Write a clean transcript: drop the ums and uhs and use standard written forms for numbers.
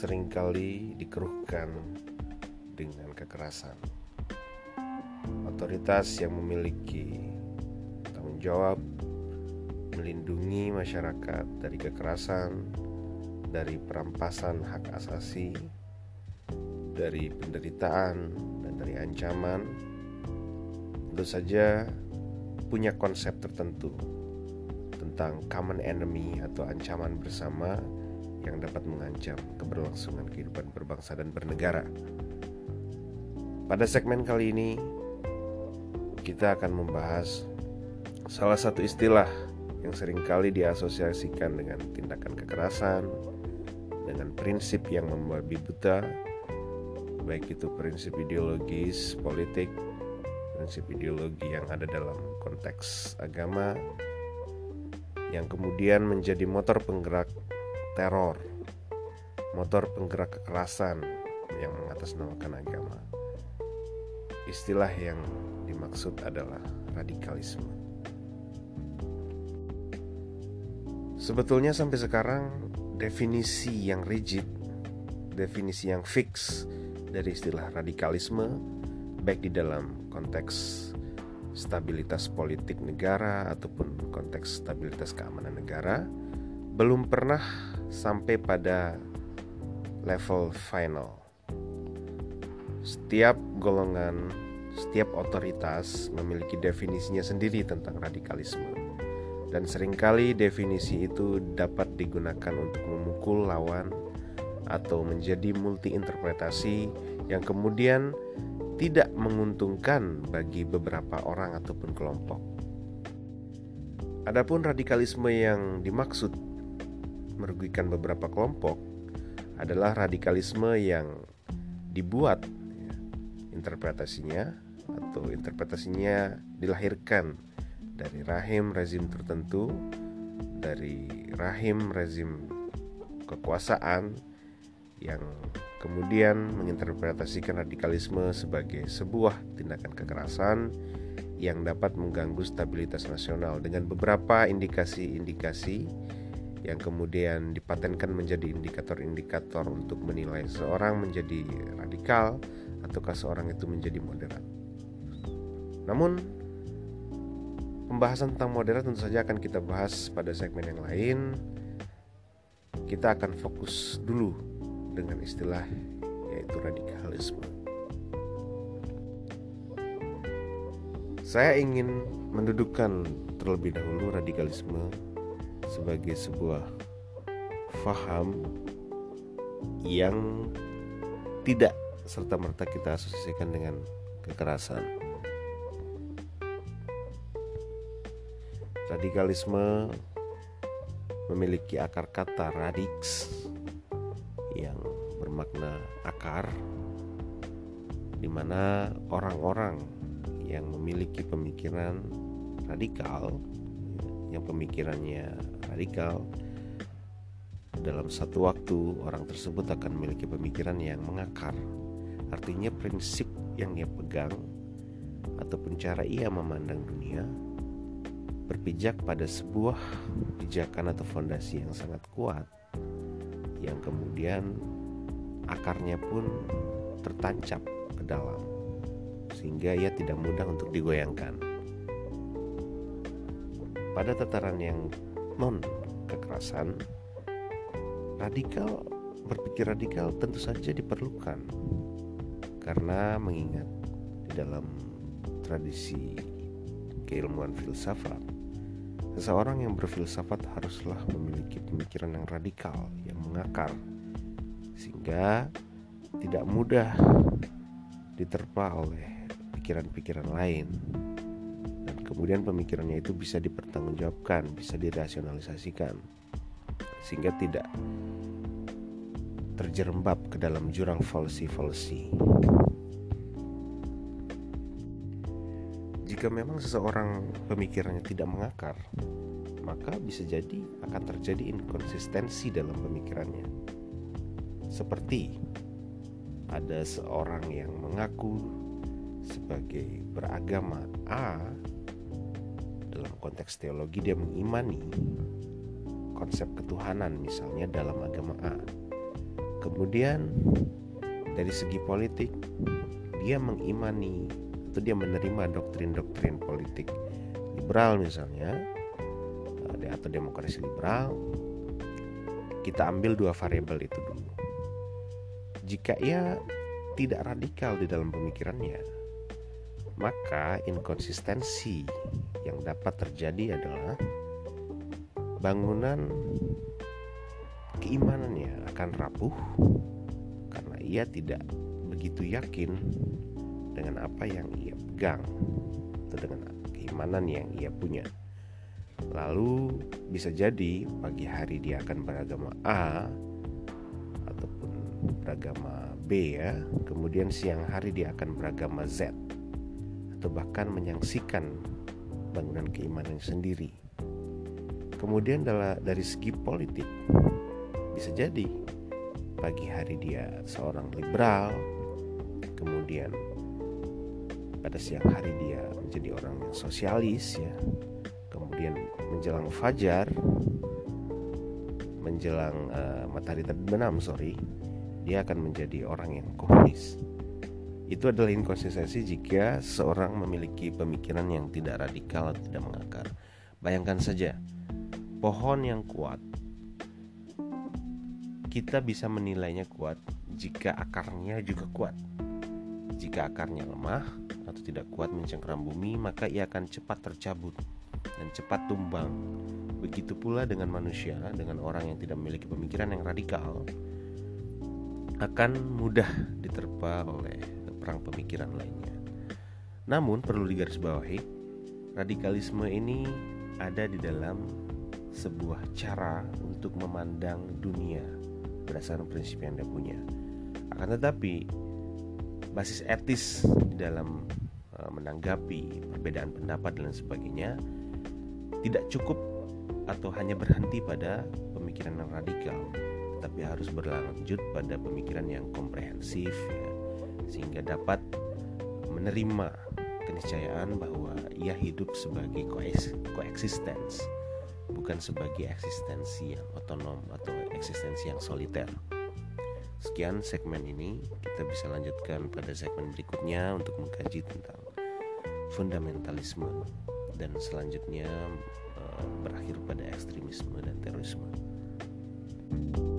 seringkali dikeruhkan dengan kekerasan. Otoritas yang memiliki tanggung jawab melindungi masyarakat dari kekerasan, dari perampasan hak asasi, dari penderitaan, dan dari ancaman, tentu saja punya konsep tertentu tentang common enemy atau ancaman bersama yang dapat mengancam keberlangsungan kehidupan berbangsa dan bernegara. Pada segmen kali ini, kita akan membahas salah satu istilah yang seringkali diasosiasikan dengan tindakan kekerasan, dengan prinsip yang membabi buta, baik itu prinsip ideologis, politik, prinsip ideologi yang ada dalam konteks agama, yang kemudian menjadi motor penggerak teror, motor penggerak kekerasan yang mengatasnamakan agama. Istilah yang dimaksud adalah radikalisme. Sebetulnya sampai sekarang definisi yang rigid, definisi yang fix dari istilah radikalisme, baik di dalam konteks stabilitas politik negara ataupun konteks stabilitas keamanan negara, belum pernah sampai pada level final. Setiap golongan, setiap otoritas memiliki definisinya sendiri tentang radikalisme. Dan seringkali definisi itu dapat digunakan untuk memukul lawan atau menjadi multi-interpretasi yang kemudian tidak menguntungkan bagi beberapa orang ataupun kelompok. Adapun radikalisme yang dimaksud merugikan beberapa kelompok adalah radikalisme yang dibuat interpretasinya dilahirkan dari rahim rezim tertentu, dari rahim rezim kekuasaan yang kemudian menginterpretasikan radikalisme sebagai sebuah tindakan kekerasan yang dapat mengganggu stabilitas nasional dengan beberapa indikasi-indikasi yang kemudian dipatenkan menjadi indikator-indikator untuk menilai seorang menjadi radikal ataukah seorang itu menjadi moderat. Namun pembahasan tentang moderat tentu saja akan kita bahas pada segmen yang lain. Kita akan fokus dulu dengan istilah yaitu radikalisme. Saya ingin mendudukkan terlebih dahulu radikalisme sebagai sebuah faham yang tidak serta-merta kita asosiasikan dengan kekerasan. Radikalisme memiliki akar kata radix yang bermakna akar, di mana orang-orang yang memiliki pemikiran radikal, yang pemikirannya radikal, dalam satu waktu orang tersebut akan memiliki pemikiran yang mengakar. Artinya prinsip yang ia pegang ataupun cara ia memandang dunia berpijak pada sebuah pijakan atau fondasi yang sangat kuat, yang kemudian akarnya pun tertancap ke dalam, sehingga ia tidak mudah untuk digoyangkan. Pada tataran yang non kekerasan, berpikir radikal tentu saja diperlukan, karena mengingat di dalam tradisi keilmuan filsafat, seseorang yang berfilsafat haruslah memiliki pemikiran yang radikal, yang mengakar, sehingga tidak mudah diterpa oleh pikiran-pikiran lain, dan kemudian pemikirannya itu bisa dipertanggungjawabkan, bisa dirasionalisasikan, sehingga tidak terjerembab ke dalam jurang falsi-falsi. Jika memang seseorang pemikirannya tidak mengakar, maka bisa jadi akan terjadi inkonsistensi dalam pemikirannya. Seperti ada seorang yang mengaku sebagai beragama A, dalam konteks teologi dia mengimani konsep ketuhanan misalnya dalam agama A. Kemudian dari segi politik, dia mengimani atau dia menerima doktrin-doktrin politik liberal misalnya, atau demokrasi liberal. Kita ambil dua variabel itu dulu. Jika ia tidak radikal di dalam pemikirannya, maka inkonsistensi yang dapat terjadi adalah bangunan keimanannya akan rapuh karena ia tidak begitu yakin dengan apa yang ia pegang atau dengan keimanan yang ia punya. Lalu bisa jadi pagi hari dia akan beragama A ataupun beragama B ya, kemudian siang hari dia akan beragama Z, atau bahkan menyaksikan bangunan keimanan sendiri. Kemudian dari segi politik, bisa jadi pagi hari dia seorang liberal, kemudian pada siang hari dia menjadi orang yang sosialis ya. Kemudian menjelang fajar, menjelang matahari terbenam dia akan menjadi orang yang komunis. Itu adalah inkonsistensi jika seorang memiliki pemikiran yang tidak radikal atau tidak mengakar. Bayangkan saja, pohon yang kuat, kita bisa menilainya kuat jika akarnya juga kuat. Jika akarnya lemah atau tidak kuat mencengkeram bumi, maka ia akan cepat tercabut dan cepat tumbang. Begitu pula dengan manusia, dengan orang yang tidak memiliki pemikiran yang radikal, akan mudah diterpa oleh perang pemikiran lainnya. Namun perlu digarisbawahi, radikalisme ini ada di dalam sebuah cara untuk memandang dunia berdasarkan prinsip yang dia punya. Akan tetapi basis etis di dalam menanggapi perbedaan pendapat dan sebagainya tidak cukup atau hanya berhenti pada pemikiran yang radikal, tetapi harus berlanjut pada pemikiran yang komprehensif ya, sehingga dapat menerima keniscayaan bahwa ia hidup sebagai koeksistens, bukan sebagai eksistensi yang otonom atau eksistensi yang soliter. Sekian segmen ini, kita bisa lanjutkan pada segmen berikutnya untuk mengkaji tentang fundamentalisme dan selanjutnya berakhir pada ekstremisme dan terorisme.